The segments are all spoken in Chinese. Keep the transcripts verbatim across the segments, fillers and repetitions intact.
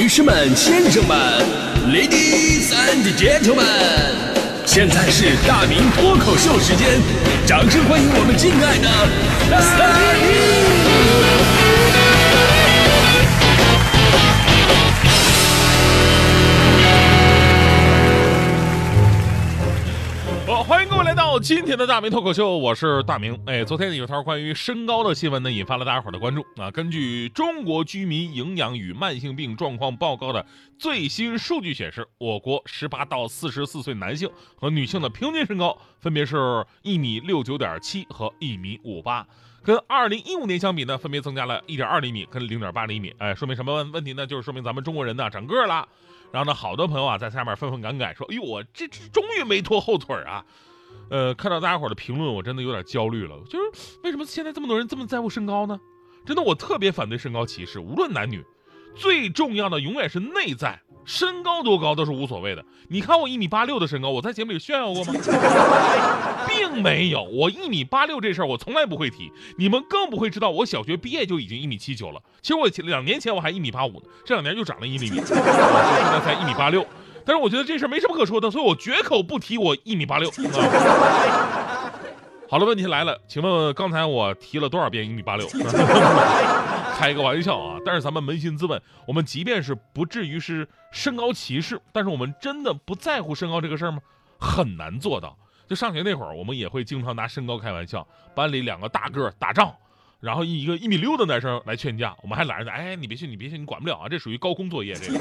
士们、先生们 ，Ladies and Gentlemen， 现在是大明脱口秀时间，掌声欢迎我们敬爱的大明！ 好，欢迎各位来到今天的大明脱口秀，我是大明。哎，昨天有条关于身高的新闻呢，引发了大家伙的关注啊。根据中国居民营养与慢性病状况报告的最新数据显示，我国十八到四十四岁男性和女性的平均身高分别是一米六九点七和一米五八，跟二零一五年相比呢，分别增加了一点二厘米跟零点八厘米。哎，说明什么问题呢？就是说明咱们中国人呢长个了。然后呢，好多朋友啊在下面纷纷感慨说：“哎呦，我这这终于没拖后腿啊！”呃，看到大家伙的评论，我真的有点焦虑了。就是为什么现在这么多人这么在乎身高呢？真的，我特别反对身高歧视，无论男女，最重要的永远是内在。身高多高都是无所谓的。你看我一米八六的身高，我在节目里炫耀过吗？并没有。我一米八六这事儿我从来不会提，你们更不会知道我小学毕业就已经一米七九了。其实我两年前我还一米八五呢，这两年又长了一厘米，现在才一米八六。但是我觉得这事儿没什么可说的，所以我绝口不提我一米八六。啊、好了，问题来了，请问刚才我提了多少遍一米八六？开个玩笑啊！但是咱们扪心自问，我们即便是不至于是身高歧视，但是我们真的不在乎身高这个事儿吗？很难做到。就上学那会儿，我们也会经常拿身高开玩笑，班里两个大个打仗，然后一个一米六的男生来劝架，我们还拦着他，哎，你别去，你别去，你管不了啊，这属于高空作业。这个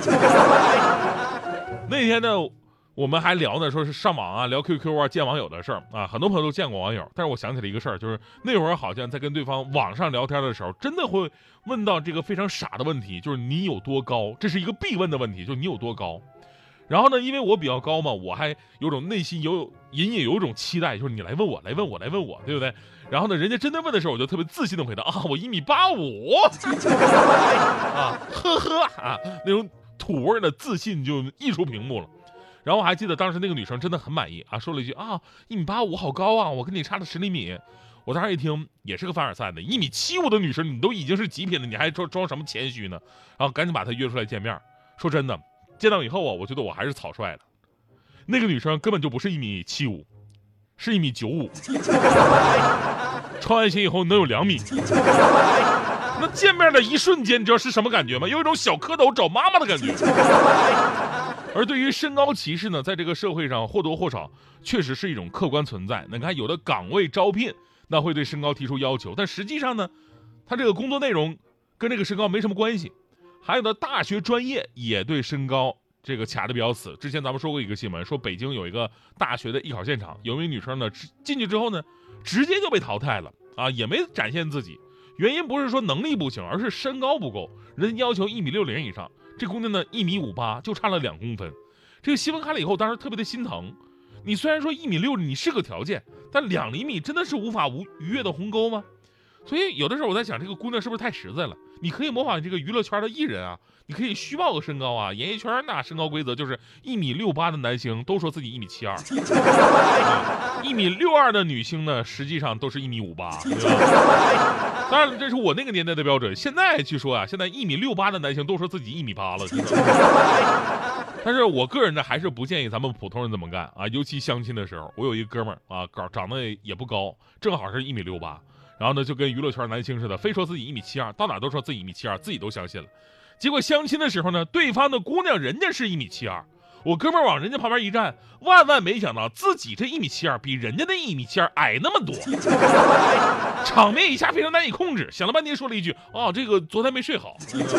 那天呢，我们还聊呢，说是上网啊，聊 Q Q 啊，见网友的事儿啊，很多朋友都见过网友。但是我想起了一个事儿，就是那会儿好像在跟对方网上聊天的时候，真的会问到这个非常傻的问题，就是你有多高？这是一个必问的问题，就是你有多高。然后呢，因为我比较高嘛，我还有种内心有隐隐有一种期待，就是你来问我，来问我，来问我，对不对？然后呢，人家真的问的时候，我就特别自信的回答啊，我一米八五，啊，呵呵啊，那种土味的自信就溢出屏幕了。然后我还记得当时那个女生真的很满意啊，说了一句啊，一米八五好高啊，我跟你差了十厘米。我当时一听也是个凡尔赛的，一米七五的女生你都已经是极品了，你还装装什么谦虚呢？然后赶紧把她约出来见面。说真的。见到以后啊，我觉得我还是草率了。那个女生根本就不是一米七五，是一米九五，穿完鞋以后能有两米。那见面的一瞬间，你知道是什么感觉吗？有一种小蝌蚪找妈妈的感觉。而对于身高歧视呢，在这个社会上或多或少确实是一种客观存在。你看，有的岗位招聘那会对身高提出要求，但实际上呢，他这个工作内容跟这个身高没什么关系。还有的大学专业也对身高这个卡得比较死。之前咱们说过一个新闻，说北京有一个大学的艺考现场，有一名女生呢进去之后呢，直接就被淘汰了啊，也没展现自己。原因不是说能力不行，而是身高不够，人家要求一米六零以上，这姑娘呢一米五八，就差了两公分。这个新闻看了以后，当时特别的心疼。你虽然说一米六你是个条件，但两厘米真的是无法无逾越的鸿沟吗？所以有的时候我在想，这个姑娘是不是太实在了？你可以模仿这个娱乐圈的艺人啊，你可以虚报个身高啊。演艺圈那身高规则就是一米六八的男星都说自己一米七二，一米六二的女星呢，实际上都是一米五八，对吧？当然这是我那个年代的标准。现在据说啊，现在一米六八的男星都说自己一米八了。但是我个人呢，还是不建议咱们普通人这么干啊，尤其相亲的时候。我有一个哥们儿啊，长长得也不高，正好是一米六八。然后呢，就跟娱乐圈男星似的，非说自己一米七二，到哪都说自己一米七二，自己都相信了。结果相亲的时候呢，对方的姑娘人家是一米七二，我哥们儿往人家旁边一站，万万没想到自己这一米七二比人家那一米七二矮那么多，场面一下非常难以控制。想了半天，说了一句：“哦，这个昨天没睡好。”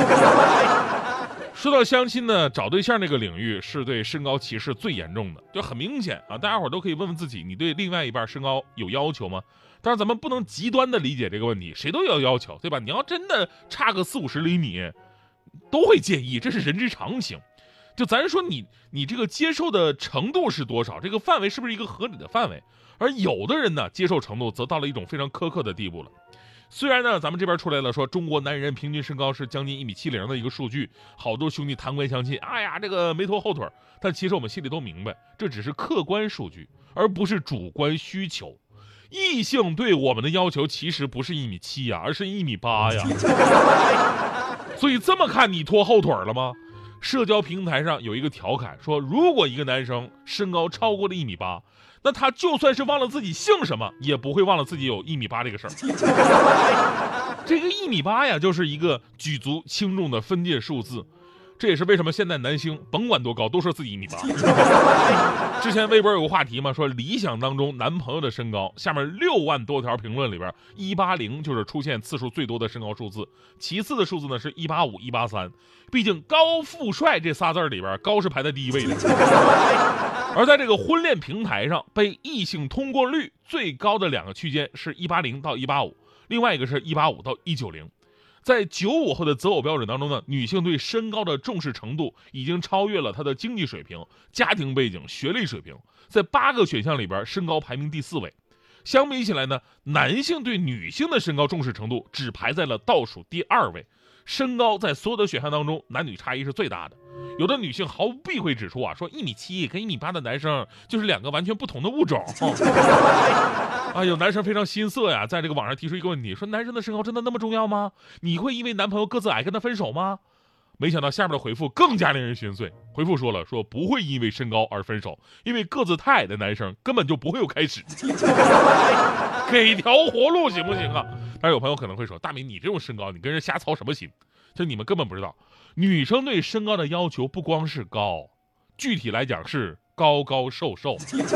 说到相亲呢，找对象这个领域是对身高歧视最严重的，就很明显啊。大家伙都可以问问自己，你对另外一半身高有要求吗？但是咱们不能极端的理解这个问题，谁都有要求，对吧？你要真的差个四五十厘米，都会介意，这是人之常情。就咱说你你这个接受的程度是多少，这个范围是不是一个合理的范围？而有的人呢，接受程度则到了一种非常苛刻的地步了。虽然呢，咱们这边出来了说中国男人平均身高是将近一米七零的一个数据，好多兄弟谈官相亲，哎呀，这个没拖后腿，但其实我们心里都明白，这只是客观数据，而不是主观需求。异性对我们的要求其实不是一米七呀，而是一米八呀。所以这么看，你拖后腿了吗？ 社交平台上有一个调侃说，如果一个男生身高超过了一米八，那他就算是忘了自己姓什么，也不会忘了自己有一米八这个事儿。这个一米八呀，就是一个举足轻重的分界数字。这也是为什么现在男星甭管多高都说自己一米八。之前微博有个话题嘛，说理想当中男朋友的身高，下面六万多条评论里边，一八零就是出现次数最多的身高数字，其次的数字呢是一八五、一八三。毕竟高富帅这仨字里边，高是排在第一位的。而在这个婚恋平台上，被异性通过率最高的两个区间是一八零到一八五，另外一个是一八五到一九零。在九五后的择偶标准当中呢，女性对身高的重视程度已经超越了她的经济水平、家庭背景、学历水平。在八个选项里边，身高排名第四位。相比起来呢，男性对女性的身高重视程度只排在了倒数第二位。身高在所有的选项当中，男女差异是最大的。有的女性毫不避讳指出啊，说一米七跟一米八的男生就是两个完全不同的物种。啊，有男生非常心塞呀，在这个网上提出一个问题，说男生的身高真的那么重要吗？你会因为男朋友个子矮跟他分手吗？没想到下面的回复更加令人心碎。回复说了，说不会因为身高而分手，因为个子太矮的男生根本就不会有开始。给条活路行不行啊？但是有朋友可能会说，大明你这种身高，你跟人瞎操什么心？就你们根本不知道，女生对身高的要求不光是高，具体来讲是高高瘦瘦。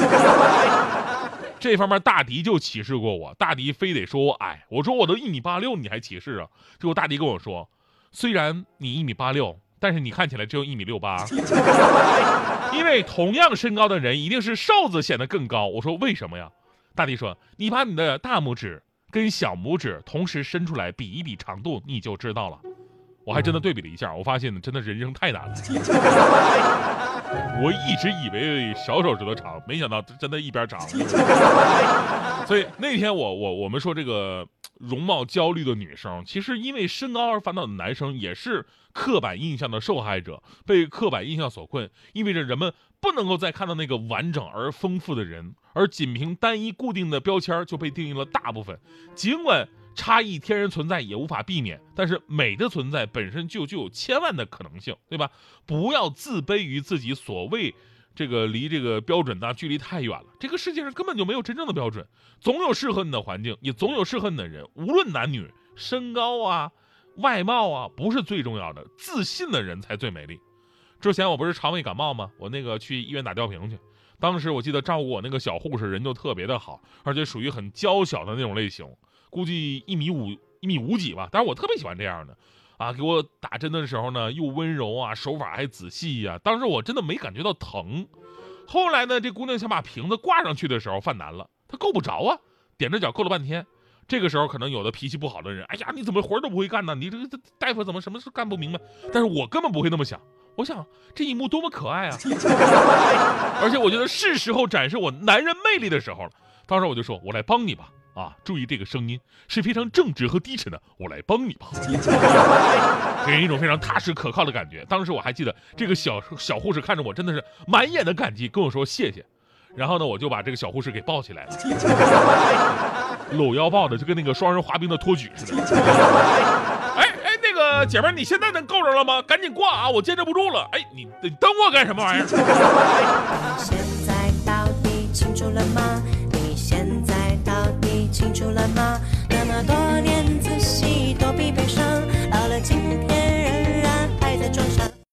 这方面大迪就歧视过我，大迪非得说我矮，我说我都一米八六，你还歧视啊？结果大迪跟我说，虽然你一米八六，但是你看起来只有一米六八。因为同样身高的人，一定是瘦子显得更高。我说为什么呀？大迪说，你把你的大拇指跟小拇指同时伸出来比一比长度，你就知道了。我还真的对比了一下，我发现真的人生太难了。我一直以为小手指头长，没想到真的一边长。所以那天我我我们说这个容貌焦虑的女生，其实因为身高而烦恼的男生，也是刻板印象的受害者，被刻板印象所困，意味着人们不能够再看到那个完整而丰富的人，而仅凭单一固定的标签就被定义了大部分。尽管差异天然存在，也无法避免，但是美的存在本身就具有千万的可能性，对吧？不要自卑于自己所谓这个离这个标准呢距离太远了。这个世界上根本就没有真正的标准，总有适合你的环境，也总有适合你的人。无论男女，身高啊、外貌啊不是最重要的，自信的人才最美丽。之前我不是肠胃感冒吗？我那个去医院打吊瓶去，当时我记得照顾我那个小护士人就特别的好，而且属于很娇小的那种类型。估计一米五一米五几吧，但是我特别喜欢这样的，啊，给我打针的时候呢，又温柔啊，手法还仔细呀、啊，当时我真的没感觉到疼。后来呢，这姑娘想把瓶子挂上去的时候犯难了，她够不着啊，踮着脚够了半天。这个时候可能有的脾气不好的人，哎呀，你怎么活都不会干呢？你这个大夫怎么什么事干不明白？但是我根本不会那么想，我想这一幕多么可爱啊！而且我觉得是时候展示我男人魅力的时候了。当时我就说，我来帮你吧。啊，注意这个声音是非常正直和低沉的，我来帮你吧，给人一种非常踏实可靠的感觉。当时我还记得这个小小护士看着我，真的是满眼的感激，跟我说谢谢。然后呢，我就把这个小护士给抱起来了，搂腰抱的就跟那个双人滑冰的托举似的。哎哎，那个姐妹，你现在能够着了吗？赶紧挂啊，我坚持不住了。哎，你你等我干什么玩意儿？